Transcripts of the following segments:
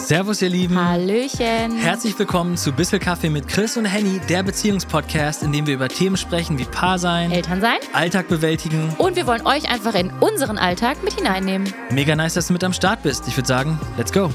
Servus ihr Lieben. Hallöchen. Herzlich willkommen zu Bissl Kaffee mit Chris und Henny, der Beziehungspodcast, in dem wir über Themen sprechen wie Paar sein, Eltern sein, Alltag bewältigen. Und wir wollen euch einfach in unseren Alltag mit hineinnehmen. Mega nice, dass du mit am Start bist. Ich würde sagen, let's go.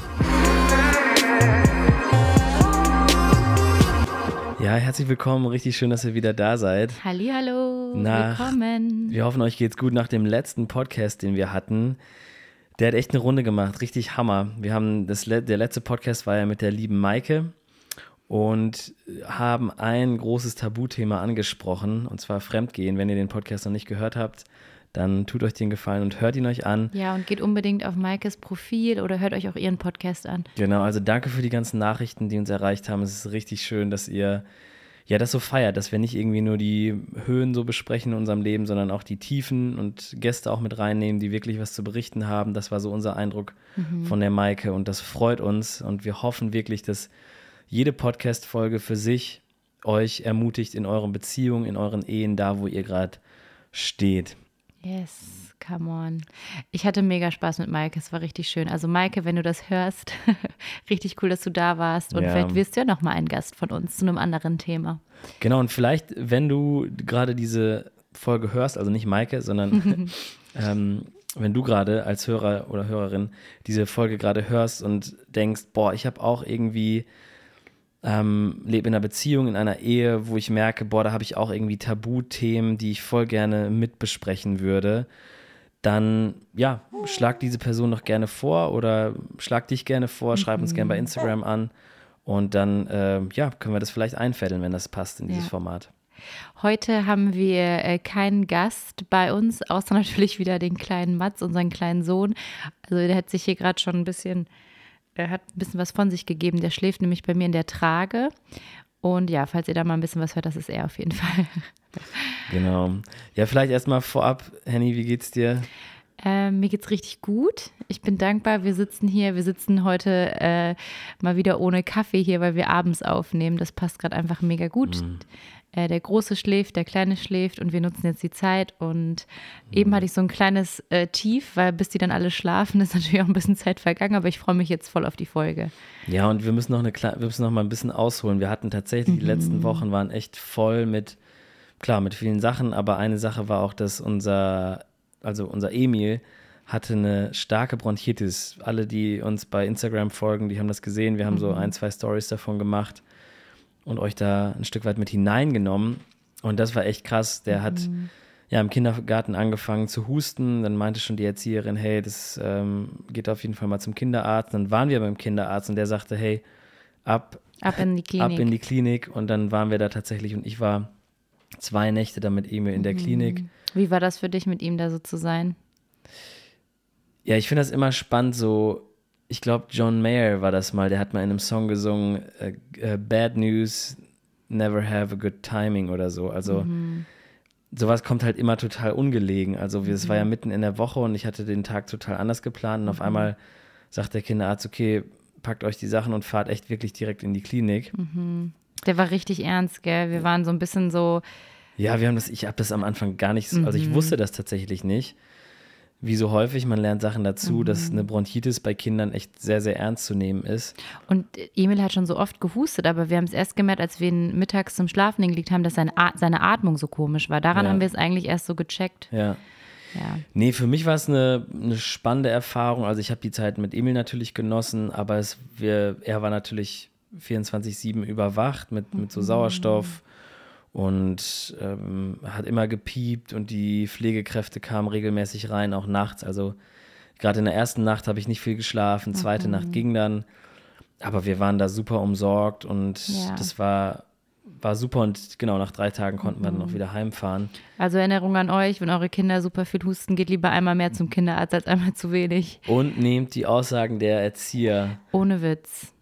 Ja, herzlich willkommen. Richtig schön, dass ihr wieder da seid. Hallihallo, willkommen. Wir hoffen, euch geht's gut nach dem letzten Podcast, den wir hatten. Der hat echt eine Runde gemacht, richtig Hammer. Wir haben der letzte Podcast war ja mit der lieben Maike und haben ein großes Tabuthema angesprochen, und zwar Fremdgehen. Wenn ihr den Podcast noch nicht gehört habt, dann tut euch den Gefallen und hört ihn euch an. Ja, und geht unbedingt auf Maikes Profil oder hört euch auch ihren Podcast an. Genau, also danke für die ganzen Nachrichten, die uns erreicht haben. Es ist richtig schön, dass ihr das so feiert, dass wir nicht irgendwie nur die Höhen so besprechen in unserem Leben, sondern auch die Tiefen und Gäste auch mit reinnehmen, die wirklich was zu berichten haben. Das war so unser Eindruck von der Maike und das freut uns und wir hoffen wirklich, dass jede Podcast-Folge für sich euch ermutigt in euren Beziehungen, in euren Ehen, da wo ihr gerade steht. Yes, come on. Ich hatte mega Spaß mit Maike, es war richtig schön. Also Maike, wenn du das hörst, richtig cool, dass du da warst und vielleicht wirst du ja nochmal ein Gast von uns zu einem anderen Thema. Genau, und vielleicht, wenn du gerade diese Folge hörst, also nicht Maike, sondern wenn du gerade als Hörer oder Hörerin diese Folge gerade hörst und denkst, boah, ich habe auch irgendwie lebe in einer Beziehung, in einer Ehe, wo ich merke, boah, da habe ich auch irgendwie Tabuthemen, die ich voll gerne mitbesprechen würde, dann, ja, schlag diese Person doch gerne vor oder schlag dich gerne vor, schreib uns gerne bei Instagram an und dann, können wir das vielleicht einfädeln, wenn das passt in dieses Format. Heute haben wir keinen Gast bei uns, außer natürlich wieder den kleinen Mats, unseren kleinen Sohn. Also der hat sich hier gerade schon er hat ein bisschen was von sich gegeben. Der schläft nämlich bei mir in der Trage. Und ja, falls ihr da mal ein bisschen was hört, das ist er auf jeden Fall. Genau. Ja, vielleicht erstmal vorab, Henny, wie geht's dir? Mir geht's richtig gut. Ich bin dankbar. Wir sitzen heute mal wieder ohne Kaffee hier, weil wir abends aufnehmen. Das passt gerade einfach mega gut. Der Große schläft, der Kleine schläft und wir nutzen jetzt die Zeit. Und eben hatte ich so ein kleines Tief, weil bis die dann alle schlafen, ist natürlich auch ein bisschen Zeit vergangen. Aber ich freue mich jetzt voll auf die Folge. Ja, und wir müssen noch mal ein bisschen ausholen. Wir hatten tatsächlich, die letzten Wochen waren echt voll mit vielen Sachen. Aber eine Sache war auch, dass unser Emil hatte eine starke Bronchitis. Alle, die uns bei Instagram folgen, die haben das gesehen. Wir haben so 1-2 Stories davon gemacht und euch da ein Stück weit mit hineingenommen. Und das war echt krass. Der hat im Kindergarten angefangen zu husten. Dann meinte schon die Erzieherin, hey, das geht auf jeden Fall mal zum Kinderarzt. Dann waren wir beim Kinderarzt und der sagte, hey, ab in die Klinik. Und dann waren wir da tatsächlich und ich war 2 Nächte da mit Emil in der Klinik. Wie war das für dich, mit ihm da so zu sein? Ja, ich finde das immer spannend, so, ich glaube, John Mayer war das mal, der hat mal in einem Song gesungen, Bad News, never have a good timing oder so. Also sowas kommt halt immer total ungelegen. Also es war ja mitten in der Woche und ich hatte den Tag total anders geplant und auf einmal sagt der Kinderarzt, okay, packt euch die Sachen und fahrt echt wirklich direkt in die Klinik. Der war richtig ernst, gell? Wir waren so ein bisschen so. Ja, ich habe das am Anfang gar nicht, also ich wusste das tatsächlich nicht. Wie so häufig, man lernt Sachen dazu, dass eine Bronchitis bei Kindern echt sehr, sehr ernst zu nehmen ist. Und Emil hat schon so oft gehustet, aber wir haben es erst gemerkt, als wir ihn mittags zum Schlafen hingelegt haben, dass seine Atmung so komisch war. Daran haben wir es eigentlich erst so gecheckt. Ja. Nee, für mich war es eine spannende Erfahrung. Also ich habe die Zeit mit Emil natürlich genossen, aber er war natürlich 24/7 überwacht mit so Sauerstoff. Und hat immer gepiept und die Pflegekräfte kamen regelmäßig rein, auch nachts. Also gerade in der ersten Nacht habe ich nicht viel geschlafen, zweite Nacht ging dann. Aber wir waren da super umsorgt und das war super. Und genau, nach 3 Tagen konnten wir dann auch wieder heimfahren. Also Erinnerung an euch, wenn eure Kinder super viel husten, geht lieber einmal mehr zum Kinderarzt als einmal zu wenig. Und nehmt die Aussagen der Erzieher. Ohne Witz.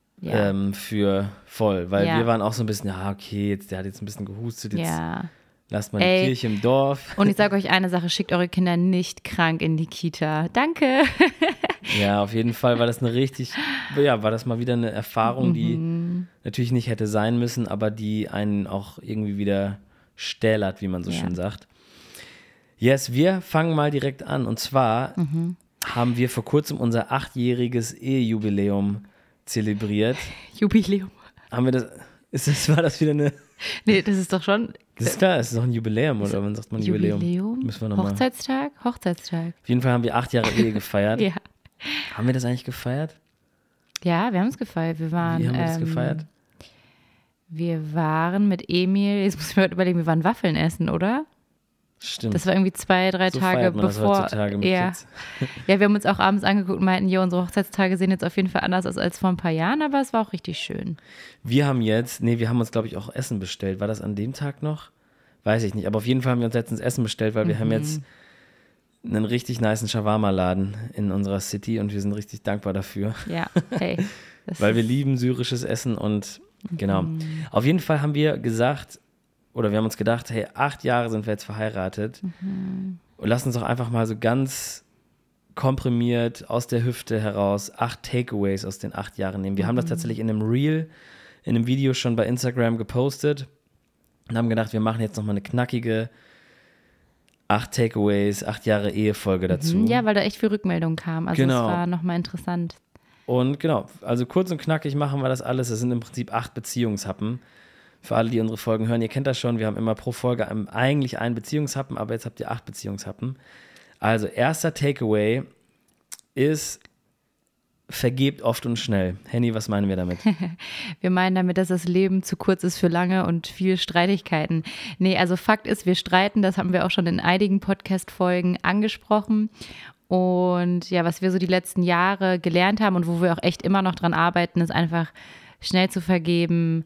Für voll, weil wir waren auch so ein bisschen, okay, der hat jetzt ein bisschen gehustet, jetzt lasst mal die Kirche im Dorf. Und ich sage euch eine Sache, schickt eure Kinder nicht krank in die Kita. Danke. Ja, auf jeden Fall war das war das mal wieder eine Erfahrung, die natürlich nicht hätte sein müssen, aber die einen auch irgendwie wieder stählert, wie man so schön sagt. Yes, wir fangen mal direkt an und zwar haben wir vor kurzem unser 8-jähriges Ehejubiläum zelebriert. Jubiläum. Haben wir das, war das wieder eine... Nee, das ist doch schon... Das ist klar, es ist doch ein Jubiläum, oder wann sagt man Jubiläum? Müssen wir noch Hochzeitstag? Hochzeitstag. Auf jeden Fall haben wir 8 Jahre Ehe gefeiert. Ja. Haben wir das eigentlich gefeiert? Ja, wir haben es gefeiert. Wie haben wir das gefeiert? Wir waren mit Emil, jetzt muss ich mir überlegen, wir waren Waffeln essen, oder? Stimmt. Das war irgendwie 2-3 so Tage feiert man bevor. Das heutzutage mit Kids. Ja, wir haben uns auch abends angeguckt und meinten, jo, unsere Hochzeitstage sehen jetzt auf jeden Fall anders aus als vor ein paar Jahren, aber es war auch richtig schön. Wir haben uns, glaube ich, auch Essen bestellt. War das an dem Tag noch? Weiß ich nicht. Aber auf jeden Fall haben wir uns letztens Essen bestellt, weil wir haben jetzt einen richtig nicen Shawarma-Laden in unserer City und wir sind richtig dankbar dafür. Ja, hey. Weil wir lieben syrisches Essen und genau. Auf jeden Fall haben wir gesagt, oder wir haben uns gedacht, hey, 8 Jahre sind wir jetzt verheiratet und lass uns doch einfach mal so ganz komprimiert aus der Hüfte heraus 8 Takeaways aus den 8 Jahren nehmen. Wir haben das tatsächlich in einem Reel, in einem Video schon bei Instagram gepostet und haben gedacht, wir machen jetzt nochmal eine knackige 8 Takeaways, 8 Jahre Ehefolge dazu. Ja, weil da echt viel Rückmeldung kam. Also genau. Es war nochmal interessant. Und genau, also kurz und knackig machen wir das alles. Es sind im Prinzip 8 Beziehungshappen. Für alle, die unsere Folgen hören, ihr kennt das schon, wir haben immer pro Folge eigentlich einen Beziehungshappen, aber jetzt habt ihr 8 Beziehungshappen. Also erster Takeaway ist, vergebt oft und schnell. Henny, was meinen wir damit? Wir meinen damit, dass das Leben zu kurz ist für lange und viele Streitigkeiten. Nee, also Fakt ist, wir streiten, das haben wir auch schon in einigen Podcast-Folgen angesprochen. Und ja, was wir so die letzten Jahre gelernt haben und wo wir auch echt immer noch dran arbeiten, ist einfach schnell zu vergeben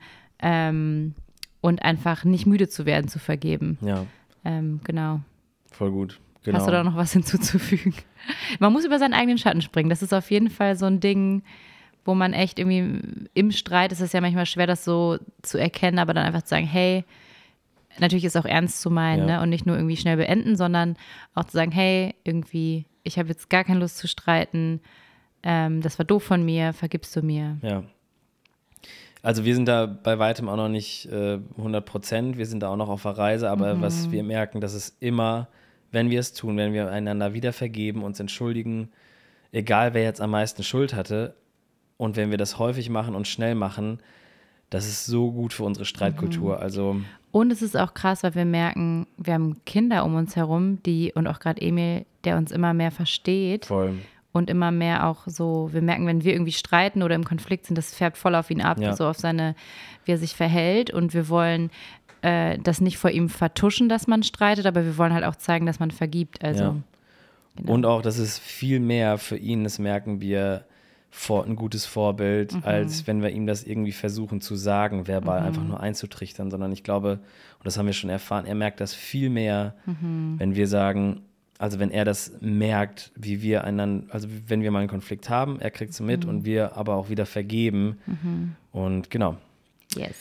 und einfach nicht müde zu werden zu vergeben. Ja. Genau. Voll gut. Genau. Hast du da noch was hinzuzufügen? Man muss über seinen eigenen Schatten springen. Das ist auf jeden Fall so ein Ding, wo man echt irgendwie im Streit, ist es ja manchmal schwer, das so zu erkennen, aber dann einfach zu sagen, hey, natürlich ist es auch ernst zu meinen, ne? Und nicht nur irgendwie schnell beenden, sondern auch zu sagen, hey, irgendwie, ich habe jetzt gar keine Lust zu streiten, das war doof von mir, vergibst du mir? Ja. Also wir sind da bei weitem auch noch nicht 100%, wir sind da auch noch auf der Reise, aber was wir merken, dass es immer, wenn wir es tun, wenn wir einander wieder vergeben, uns entschuldigen, egal wer jetzt am meisten Schuld hatte, und wenn wir das häufig machen und schnell machen, das ist so gut für unsere Streitkultur. Also und es ist auch krass, weil wir merken, wir haben Kinder um uns herum, und auch gerade Emil, der uns immer mehr versteht. Voll. Und immer mehr auch so, wir merken, wenn wir irgendwie streiten oder im Konflikt sind, das färbt voll auf ihn ab, so auf wie er sich verhält. Und wir wollen das nicht vor ihm vertuschen, dass man streitet, aber wir wollen halt auch zeigen, dass man vergibt. Also, ja. Genau. Und auch, das ist viel mehr für ihn, das merken wir, ein gutes Vorbild, als wenn wir ihm das irgendwie versuchen zu sagen, verbal einfach nur einzutrichtern, sondern ich glaube, und das haben wir schon erfahren, er merkt das viel mehr, wenn wir sagen, also wenn er das merkt, wie wir einander, also wenn wir mal einen Konflikt haben, er kriegt es mit und wir aber auch wieder vergeben. Und genau. Yes.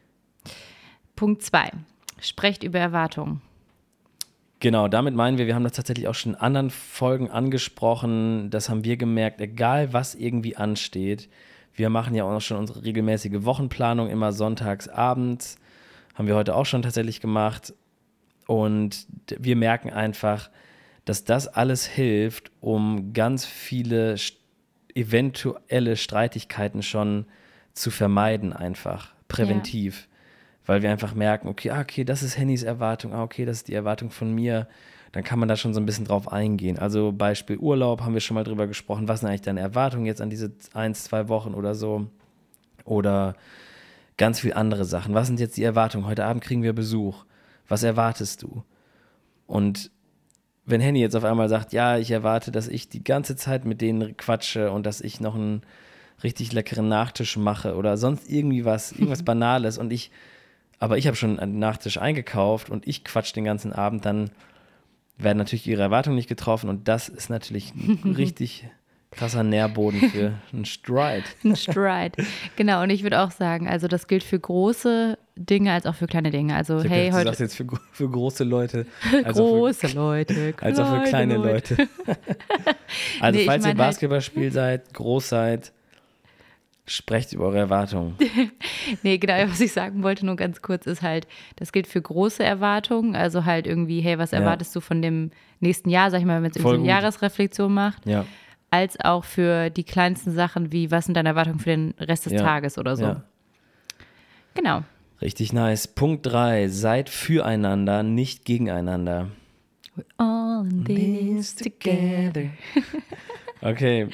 Punkt 2. Sprecht über Erwartungen. Genau, damit meinen wir haben das tatsächlich auch schon in anderen Folgen angesprochen. Das haben wir gemerkt, egal was irgendwie ansteht. Wir machen ja auch schon unsere regelmäßige Wochenplanung, immer sonntags abends. Haben wir heute auch schon tatsächlich gemacht. Und wir merken einfach, dass das alles hilft, um ganz viele eventuelle Streitigkeiten schon zu vermeiden, einfach präventiv. Ja. Weil wir einfach merken, okay, das ist Hennys Erwartung, okay, das ist die Erwartung von mir. Dann kann man da schon so ein bisschen drauf eingehen. Also Beispiel Urlaub, haben wir schon mal drüber gesprochen. Was sind eigentlich deine Erwartungen jetzt an diese 1-2 Wochen oder so? Oder ganz viel andere Sachen. Was sind jetzt die Erwartungen? Heute Abend kriegen wir Besuch. Was erwartest du? Und wenn Henny jetzt auf einmal sagt, ja, ich erwarte, dass ich die ganze Zeit mit denen quatsche und dass ich noch einen richtig leckeren Nachtisch mache oder sonst irgendwas Banales aber ich habe schon einen Nachtisch eingekauft und ich quatsch den ganzen Abend, dann werden natürlich ihre Erwartungen nicht getroffen und das ist natürlich ein richtig krasser Nährboden für einen Streit. Ein Streit, genau. Und ich würde auch sagen, also das gilt für große Dinge als auch für kleine Dinge. Also hey, du heute sagst jetzt für große Leute. Leute. Als auch für kleine Leute. Also nee, falls ihr Basketballspiel seid, groß seid, sprecht über eure Erwartungen. Nee, genau, was ich sagen wollte, nur ganz kurz, ist halt, das gilt für große Erwartungen, also halt irgendwie, hey, was erwartest du von dem nächsten Jahr, sag ich mal, wenn man jetzt irgendwie eine Jahresreflexion macht. Ja. als auch für die kleinsten Sachen wie, was sind deine Erwartungen für den Rest des Tages oder so. Ja. Genau. Richtig nice. Punkt 3, seid füreinander, nicht gegeneinander. We're all in this together. Okay.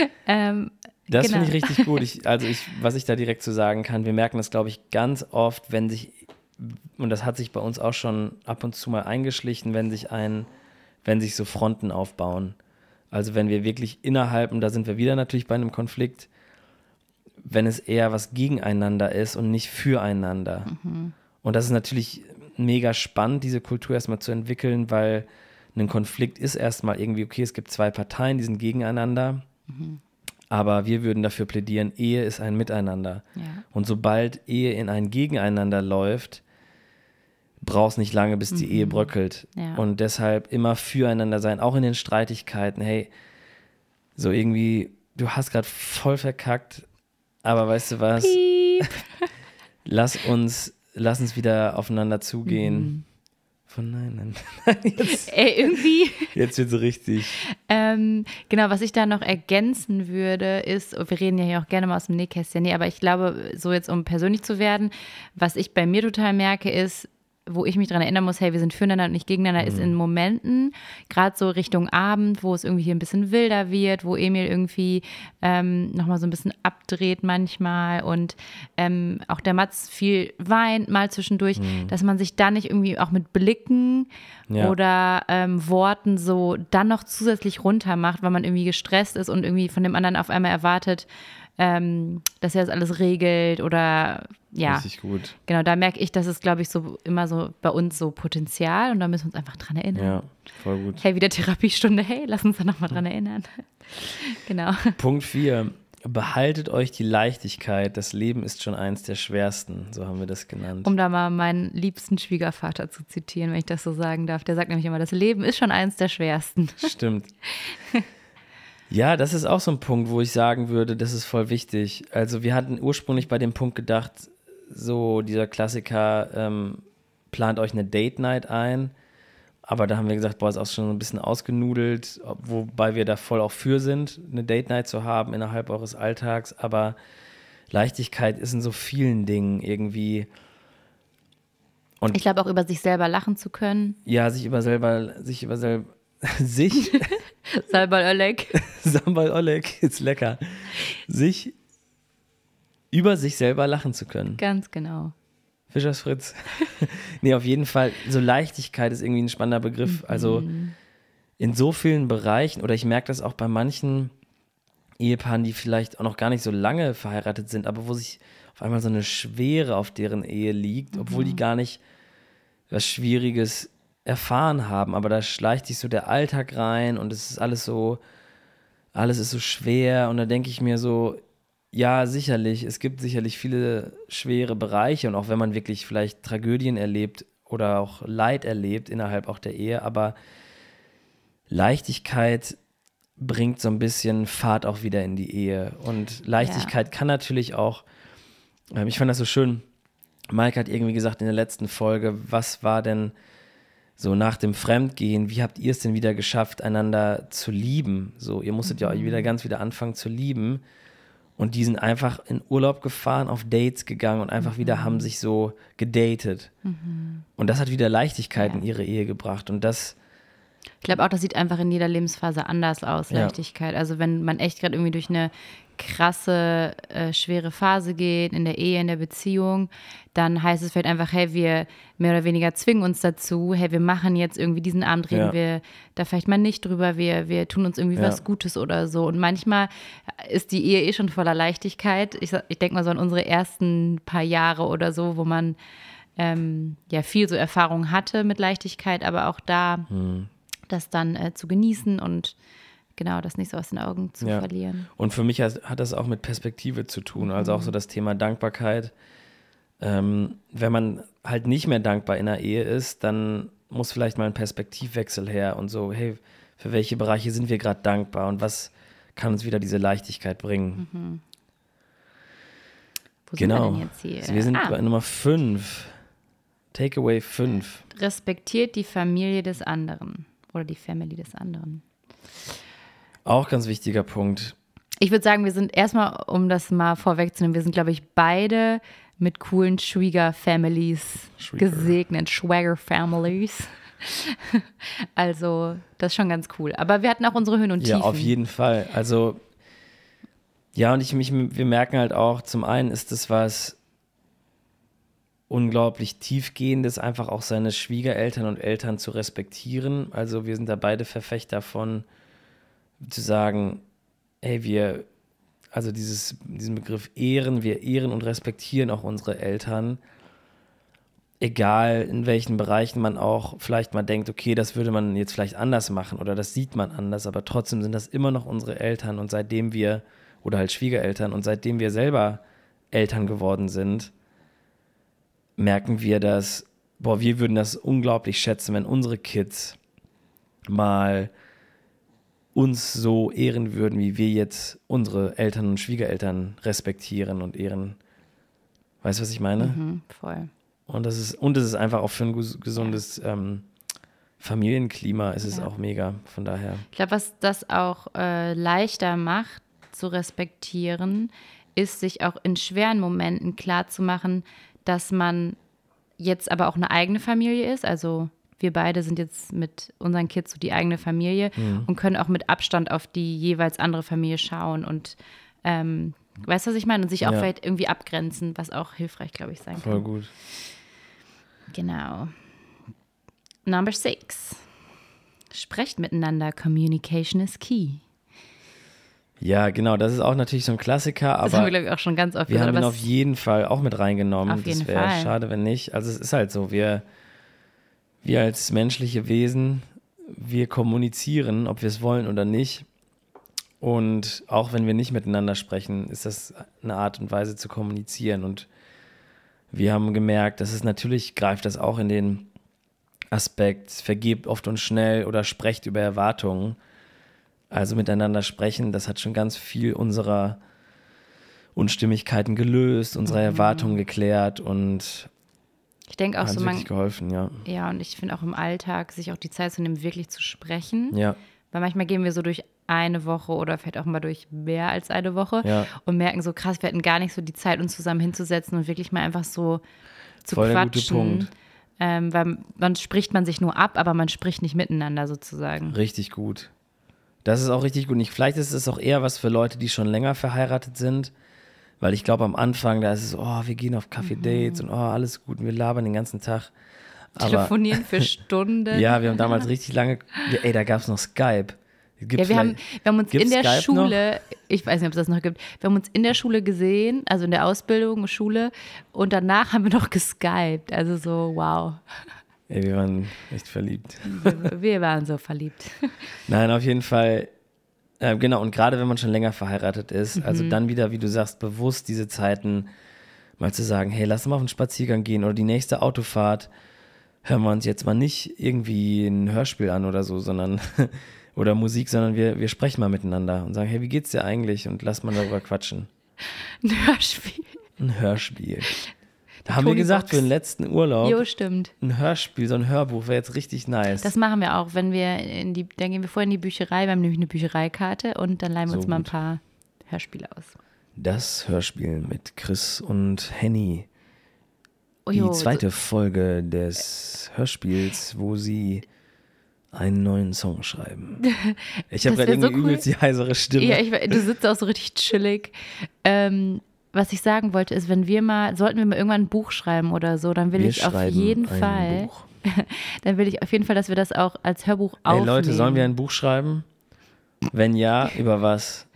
Das finde ich richtig gut. Was ich da direkt zu sagen kann, wir merken das, glaube ich, ganz oft, und das hat sich bei uns auch schon ab und zu mal eingeschlichen, wenn sich so Fronten aufbauen. Also wenn wir wirklich innerhalb, und da sind wir wieder natürlich bei einem Konflikt, wenn es eher was gegeneinander ist und nicht füreinander. Mhm. Und das ist natürlich mega spannend, diese Kultur erstmal zu entwickeln, weil ein Konflikt ist erstmal irgendwie, okay, es gibt zwei Parteien, die sind gegeneinander, aber wir würden dafür plädieren, Ehe ist ein Miteinander. Ja. Und sobald Ehe in ein Gegeneinander läuft, brauchst nicht lange, bis die Ehe bröckelt. Ja. Und deshalb immer füreinander sein, auch in den Streitigkeiten. Hey, so irgendwie, du hast gerade voll verkackt, aber weißt du was? Piep. Lass uns wieder aufeinander zugehen. Von nein. Jetzt, irgendwie. Jetzt wird so richtig. Genau, was ich da noch ergänzen würde, ist, wir reden ja hier auch gerne mal aus dem Nähkästchen, aber ich glaube, so jetzt, um persönlich zu werden, was ich bei mir total merke, ist, wo ich mich daran erinnern muss, hey, wir sind füreinander und nicht gegeneinander, ist in Momenten, gerade so Richtung Abend, wo es irgendwie hier ein bisschen wilder wird, wo Emil irgendwie nochmal so ein bisschen abdreht manchmal und auch der Mats viel weint mal zwischendurch, dass man sich dann nicht irgendwie auch mit Blicken oder Worten so dann noch zusätzlich runter macht, weil man irgendwie gestresst ist und irgendwie von dem anderen auf einmal erwartet, dass er das alles regelt oder ja. Richtig gut. Genau, da merke ich, das ist, glaube ich, so immer so bei uns so Potenzial und da müssen wir uns einfach dran erinnern. Ja, voll gut. Hey, wieder Therapiestunde, hey, lass uns da nochmal dran erinnern. Genau. Punkt 4. Behaltet euch die Leichtigkeit. Das Leben ist schon eins der schwersten, so haben wir das genannt. Um da mal meinen liebsten Schwiegervater zu zitieren, wenn ich das so sagen darf. Der sagt nämlich immer, das Leben ist schon eins der schwersten. Stimmt. Ja, das ist auch so ein Punkt, wo ich sagen würde, das ist voll wichtig. Also wir hatten ursprünglich bei dem Punkt gedacht, so dieser Klassiker, plant euch eine Date-Night ein, aber da haben wir gesagt, boah, ist auch schon ein bisschen ausgenudelt, wobei wir da voll auch für sind, eine Date-Night zu haben innerhalb eures Alltags, aber Leichtigkeit ist in so vielen Dingen irgendwie. Und ich glaube auch über sich selber lachen zu können. Ja, Sambal Oleg, ist lecker. Über sich selber lachen zu können. Ganz genau. Fischers Fritz. Nee, auf jeden Fall, so Leichtigkeit ist irgendwie ein spannender Begriff. Also in so vielen Bereichen, oder ich merke das auch bei manchen Ehepaaren, die vielleicht auch noch gar nicht so lange verheiratet sind, aber wo sich auf einmal so eine Schwere auf deren Ehe liegt, obwohl die gar nicht was Schwieriges erfahren haben, aber da schleicht sich so der Alltag rein und es ist alles ist so schwer und da denke ich mir so, ja, sicherlich, es gibt sicherlich viele schwere Bereiche und auch wenn man wirklich vielleicht Tragödien erlebt oder auch Leid erlebt innerhalb auch der Ehe, aber Leichtigkeit bringt so ein bisschen Fahrt auch wieder in die Ehe und Leichtigkeit kann natürlich auch, ich fand das so schön, Mike hat irgendwie gesagt in der letzten Folge, was war denn so nach dem Fremdgehen, wie habt ihr es denn wieder geschafft, einander zu lieben? So, ihr musstet ja euch wieder anfangen zu lieben. Und die sind einfach in Urlaub gefahren, auf Dates gegangen und einfach wieder haben sich so gedatet. Und das hat wieder Leichtigkeit in ihre Ehe gebracht. Und das. Ich glaube auch, das sieht einfach in jeder Lebensphase anders aus, Leichtigkeit. Also wenn man echt gerade irgendwie durch eine krasse, schwere Phase geht, in der Ehe, in der Beziehung, dann heißt es vielleicht einfach, hey, wir mehr oder weniger zwingen uns dazu, hey, wir machen jetzt irgendwie diesen Abend, reden wir da vielleicht mal nicht drüber, wir tun uns irgendwie was Gutes oder so. Und manchmal ist die Ehe schon voller Leichtigkeit. Ich denke mal so an unsere ersten paar Jahre oder so, wo man viel so Erfahrung hatte mit Leichtigkeit, aber auch da das dann zu genießen und genau, das nicht so aus den Augen zu verlieren. Und für mich hat das auch mit Perspektive zu tun, also auch so das Thema Dankbarkeit. Wenn man halt nicht mehr dankbar in einer Ehe ist, dann muss vielleicht mal ein Perspektivwechsel her und so, hey, für welche Bereiche sind wir gerade dankbar und was kann uns wieder diese Leichtigkeit bringen? Wo sind wir denn jetzt hier? Also wir sind bei Nummer 5. Takeaway 5. Respektiert die Familie des anderen oder die Family des anderen. Auch ganz wichtiger Punkt. Ich würde sagen, wir sind erstmal, um das mal vorwegzunehmen, wir sind, glaube ich, beide mit coolen Schwieger-Families gesegnet. Schwager-Families. Also, das ist schon ganz cool. Aber wir hatten auch unsere Höhen und Tiefen. Ja, auf jeden Fall. Also, ja, und wir merken halt auch, zum einen ist es was unglaublich Tiefgehendes, einfach auch seine Schwiegereltern und Eltern zu respektieren. Also, wir sind da beide Verfechter von, zu sagen, hey, also diesen Begriff ehren, wir ehren und respektieren auch unsere Eltern. Egal in welchen Bereichen man auch vielleicht mal denkt, okay, das würde man jetzt vielleicht anders machen oder das sieht man anders, aber trotzdem sind das immer noch unsere Eltern und oder halt Schwiegereltern und seitdem wir selber Eltern geworden sind, merken wir, dass, wir würden das unglaublich schätzen, wenn unsere Kids mal uns so ehren würden, wie wir jetzt unsere Eltern und Schwiegereltern respektieren und ehren. Weißt du, was ich meine? Voll. Und es ist einfach auch für ein gesundes Familienklima ist es auch mega, von daher. Ich glaube, was das auch leichter macht zu respektieren, ist, sich auch in schweren Momenten klarzumachen, dass man jetzt aber auch eine eigene Familie ist. Also wir beide sind jetzt mit unseren Kids so die eigene Familie und können auch mit Abstand auf die jeweils andere Familie schauen und weißt du, was ich meine? Und sich auch vielleicht irgendwie abgrenzen, was auch hilfreich, glaube ich, sein kann. Voll gut. Genau. Number 6. Sprecht miteinander. Communication is key. Ja, genau. Das ist auch natürlich so ein Klassiker. Aber das haben wir, glaube ich, auch schon ganz oft gesagt. Wir haben ihn auf jeden Fall auch mit reingenommen. Auf jeden das wäre schade, wenn nicht. Also es ist halt so, wir als menschliche Wesen, wir kommunizieren, ob wir es wollen oder nicht. Und auch wenn wir nicht miteinander sprechen, ist das eine Art und Weise zu kommunizieren. Und wir haben gemerkt, dass es natürlich greift das auch in den Aspekt, vergebt oft und schnell oder sprecht über Erwartungen. Also miteinander sprechen, das hat schon ganz viel unserer Unstimmigkeiten gelöst, unsere Erwartungen geklärt und ich denke auch hat so, wirklich geholfen, ja. Ja, und ich finde auch im Alltag, sich auch die Zeit zu nehmen, wirklich zu sprechen. Ja. Weil manchmal gehen wir so durch eine Woche oder vielleicht auch mal durch mehr als eine Woche und merken so, krass, wir hatten gar nicht so die Zeit, uns zusammen hinzusetzen und wirklich mal einfach so zu voll quatschen. Der gute Punkt. Weil man spricht man sich nur ab, aber man spricht nicht miteinander sozusagen. Richtig gut. Das ist auch richtig gut. Vielleicht ist es auch eher was für Leute, die schon länger verheiratet sind, weil ich glaube, am Anfang, da ist es, wir gehen auf Kaffee-Dates und alles gut und wir labern den ganzen Tag. Telefonieren für Stunden. Ja, wir haben damals richtig lange, da gab es noch Skype. Wir haben uns in der Skype Schule, noch? Ich weiß nicht, ob es das noch gibt, wir haben uns in der Schule gesehen, also in der Ausbildung, Schule, und danach haben wir noch geskypt. Also so, wow. Wir waren echt verliebt. Wir waren so verliebt. Nein, auf jeden Fall. Genau, und gerade wenn man schon länger verheiratet ist, also dann wieder, wie du sagst, bewusst diese Zeiten mal zu sagen, hey, lass mal auf einen Spaziergang gehen oder die nächste Autofahrt, hören wir uns jetzt mal nicht irgendwie ein Hörspiel an oder so, sondern oder Musik, sondern wir sprechen mal miteinander und sagen, hey, wie geht's dir eigentlich? Und lass mal darüber quatschen. Ein Hörspiel. Ein Hörspiel. Da haben wir gesagt, für den letzten Urlaub. Jo, stimmt. Ein Hörspiel, so ein Hörbuch wäre jetzt richtig nice. Das machen wir auch, dann gehen wir vorher in die Bücherei, wir haben nämlich eine Büchereikarte und dann leihen wir uns mal ein paar Hörspiele aus. Das Hörspiel mit Chris und Henny. Die zweite Folge des Hörspiels, wo sie einen neuen Song schreiben. Ich habe gerade irgendwie übelst die heisere Stimme. Ja, du sitzt auch so richtig chillig. Was ich sagen wollte, ist, sollten wir mal irgendwann ein Buch schreiben oder so, dann will ich auf jeden Fall, dass wir das auch als Hörbuch aufnehmen. Hey Leute, sollen wir ein Buch schreiben? Wenn ja, über was?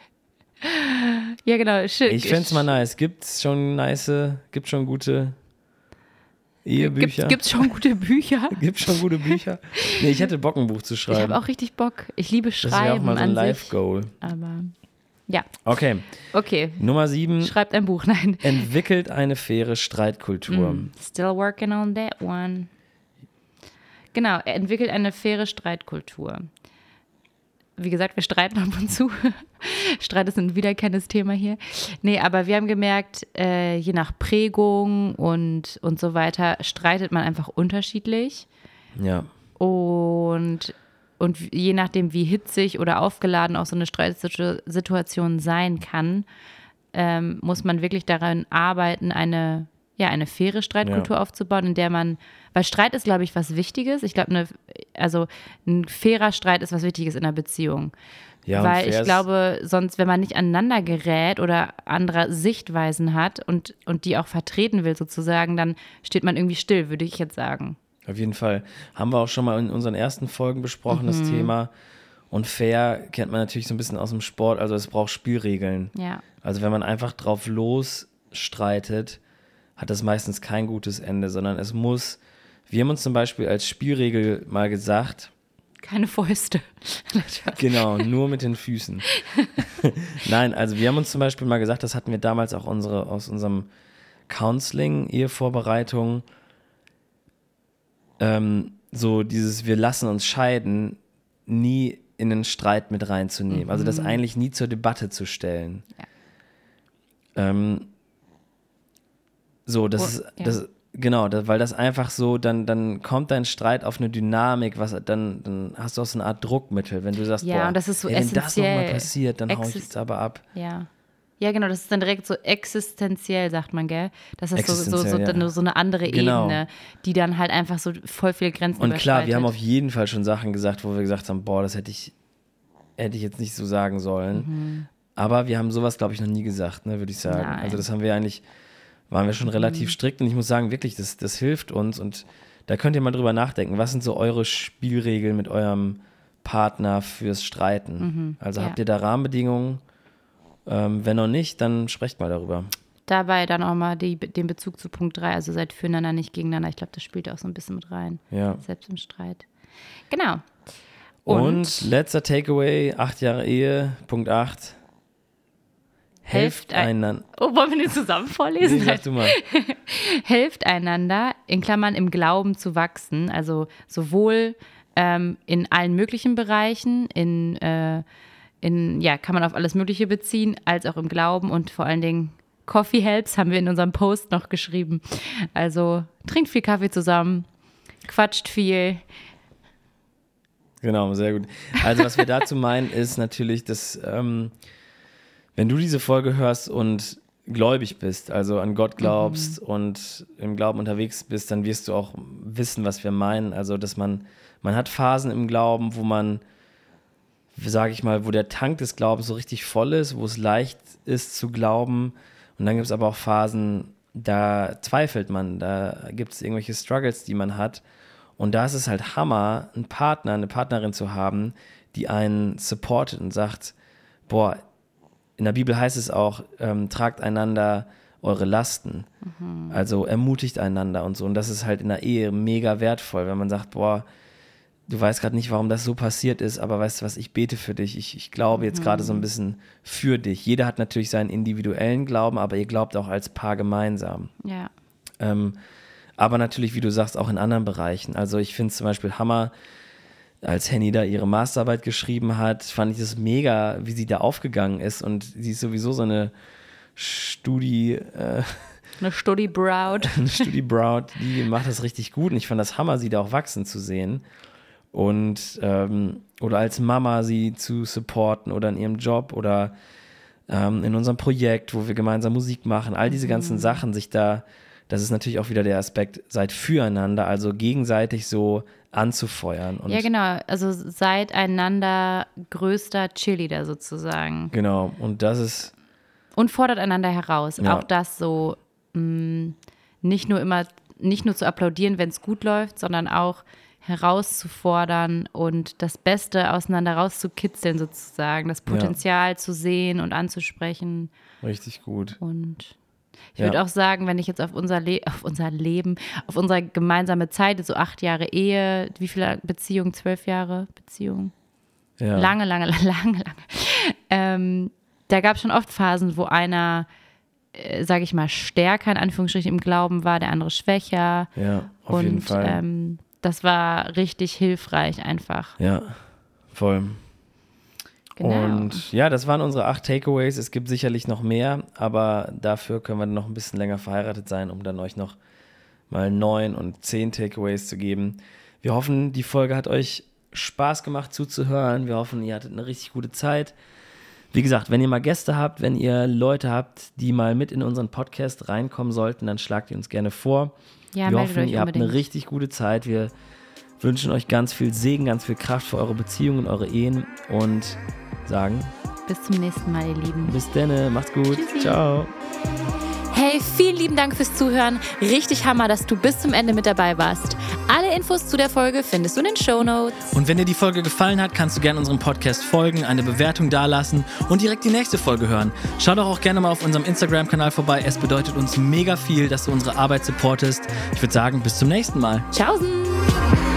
Ja, genau. Ich fände es mal nice. Gibt schon gute Ehebücher? Gibt's schon gute Bücher? Gibt's schon gute Bücher? Nee, ich hätte Bock, ein Buch zu schreiben. Ich habe auch richtig Bock. Ich liebe Schreiben. Das wäre auch mal so ein Life-Goal. Aber ja. Okay. Nummer 7. Schreibt ein Buch, nein. Entwickelt eine faire Streitkultur. Still working on that one. Genau, entwickelt eine faire Streitkultur. Wie gesagt, wir streiten ab und zu. Streit ist ein wiederkehrendes Thema hier. Nee, aber wir haben gemerkt, je nach Prägung und so weiter, streitet man einfach unterschiedlich. Ja. Und und je nachdem, wie hitzig oder aufgeladen auch so eine Streitsituation sein kann, muss man wirklich daran arbeiten, eine faire Streitkultur aufzubauen, in der man, weil Streit ist, glaube ich, was Wichtiges. Ich glaube, ein fairer Streit ist was Wichtiges in einer Beziehung. Ja, weil ich glaube, sonst, wenn man nicht aneinander gerät oder andere Sichtweisen hat und die auch vertreten will sozusagen, dann steht man irgendwie still, würde ich jetzt sagen. Auf jeden Fall. Haben wir auch schon mal in unseren ersten Folgen besprochen, das Thema. Und fair kennt man natürlich so ein bisschen aus dem Sport, also es braucht Spielregeln. Ja. Also wenn man einfach drauf losstreitet, hat das meistens kein gutes Ende, sondern wir haben uns zum Beispiel als Spielregel mal gesagt, keine Fäuste. Genau, nur mit den Füßen. Nein, also wir haben uns zum Beispiel mal gesagt, das hatten wir damals auch aus unserem Counseling, Ehevorbereitung, so dieses wir lassen uns scheiden, nie in den Streit mit reinzunehmen. Also das eigentlich nie zur Debatte zu stellen. Ja. Weil das einfach so, dann kommt dein Streit auf eine Dynamik, dann hast du auch so eine Art Druckmittel, wenn du sagst, und das ist so essentiell. Wenn das nochmal passiert, dann hau ich jetzt aber ab. Ja, genau, das ist dann direkt so existenziell, sagt man, gell? Das ist so eine andere Ebene, die dann halt einfach so voll viele Grenzen überschreitet. Und klar, wir haben auf jeden Fall schon Sachen gesagt, wo wir gesagt haben, boah, das hätte ich jetzt nicht so sagen sollen. Aber wir haben sowas, glaube ich, noch nie gesagt, ne, würde ich sagen. Nein. Also das waren wir schon relativ strikt und ich muss sagen, wirklich, das hilft uns und da könnt ihr mal drüber nachdenken. Was sind so eure Spielregeln mit eurem Partner fürs Streiten? Also habt ihr da Rahmenbedingungen? Wenn noch nicht, dann sprecht mal darüber. Dabei dann auch mal den Bezug zu Punkt 3, also seid füreinander, nicht gegeneinander. Ich glaube, das spielt auch so ein bisschen mit rein. Ja. Selbst im Streit. Genau. Und letzter Takeaway, 8 Jahre Ehe, Punkt 8. Helft einander. Oh, wollen wir den zusammen vorlesen? Nee, sag du mal. Helft einander, in Klammern im Glauben zu wachsen, also sowohl in allen möglichen Bereichen, kann man auf alles Mögliche beziehen, als auch im Glauben und vor allen Dingen Coffee helps, haben wir in unserem Post noch geschrieben. Also trinkt viel Kaffee zusammen, quatscht viel. Genau, sehr gut. Also was wir dazu meinen, ist natürlich, dass wenn du diese Folge hörst und gläubig bist, also an Gott glaubst und im Glauben unterwegs bist, dann wirst du auch wissen, was wir meinen. Also dass man hat Phasen im Glauben, wo man, sage ich mal, wo der Tank des Glaubens so richtig voll ist, wo es leicht ist zu glauben. Und dann gibt es aber auch Phasen, da zweifelt man, da gibt es irgendwelche Struggles, die man hat. Und da ist es halt Hammer, einen Partner, eine Partnerin zu haben, die einen supportet und sagt, boah, in der Bibel heißt es auch, tragt einander eure Lasten. Also ermutigt einander und so. Und das ist halt in der Ehe mega wertvoll, wenn man sagt, boah, du weißt gerade nicht, warum das so passiert ist, aber weißt du was, ich bete für dich. Ich glaube jetzt gerade so ein bisschen für dich. Jeder hat natürlich seinen individuellen Glauben, aber ihr glaubt auch als Paar gemeinsam. Ja. Aber natürlich, wie du sagst, auch in anderen Bereichen. Also ich finde es zum Beispiel Hammer, als Henny da ihre Masterarbeit geschrieben hat, fand ich das mega, wie sie da aufgegangen ist. Und sie ist sowieso so eine eine Studi-Braut. Eine Studi-Braut, die macht das richtig gut. Und ich fand das Hammer, sie da auch wachsen zu sehen. Und oder als Mama sie zu supporten oder in ihrem Job oder in unserem Projekt, wo wir gemeinsam Musik machen. All diese ganzen Sachen, das ist natürlich auch wieder der Aspekt, seid füreinander, also gegenseitig so anzufeuern. Und ja, genau. Also seid einander größter Cheerleader sozusagen. Genau. Und das ist... Und fordert einander heraus. Ja. Auch das so nicht nur zu applaudieren, wenn es gut läuft, sondern auch herauszufordern und das Beste auseinander rauszukitzeln sozisozusagen, das Potenzial zu sehen und anzusprechen. Richtig gut. Und ich würde auch sagen, wenn ich jetzt auf unser Leben, auf unsere gemeinsame Zeit, so 8 Jahre Ehe, wie viele Beziehungen? 12 Jahre Beziehung? Ja. Lange. Da gab es schon oft Phasen, wo einer, sage ich mal, stärker in Anführungsstrichen im Glauben war, der andere schwächer. Ja, auf jeden Fall. Das war richtig hilfreich einfach. Ja, voll. Genau. Und ja, das waren unsere 8 Takeaways. Es gibt sicherlich noch mehr, aber dafür können wir noch ein bisschen länger verheiratet sein, um dann euch noch mal 9 und 10 Takeaways zu geben. Wir hoffen, die Folge hat euch Spaß gemacht zuzuhören. Wir hoffen, ihr hattet eine richtig gute Zeit. Wie gesagt, wenn ihr mal Gäste habt, wenn ihr Leute habt, die mal mit in unseren Podcast reinkommen sollten, dann schlagt ihr uns gerne vor. Ja, wir hoffen, ihr habt unbedingt. eine richtig gute Zeit. Wir wünschen euch ganz viel Segen, ganz viel Kraft für eure Beziehungen, eure Ehen und sagen bis zum nächsten Mal, ihr Lieben. Bis dann, macht's gut. Tschüssi. Ciao. Hey, vielen lieben Dank fürs Zuhören. Richtig Hammer, dass du bis zum Ende mit dabei warst. Alle Infos zu der Folge findest du in den Shownotes. Und wenn dir die Folge gefallen hat, kannst du gerne unserem Podcast folgen, eine Bewertung dalassen und direkt die nächste Folge hören. Schau doch auch gerne mal auf unserem Instagram-Kanal vorbei. Es bedeutet uns mega viel, dass du unsere Arbeit supportest. Ich würde sagen, bis zum nächsten Mal. Tschaußen.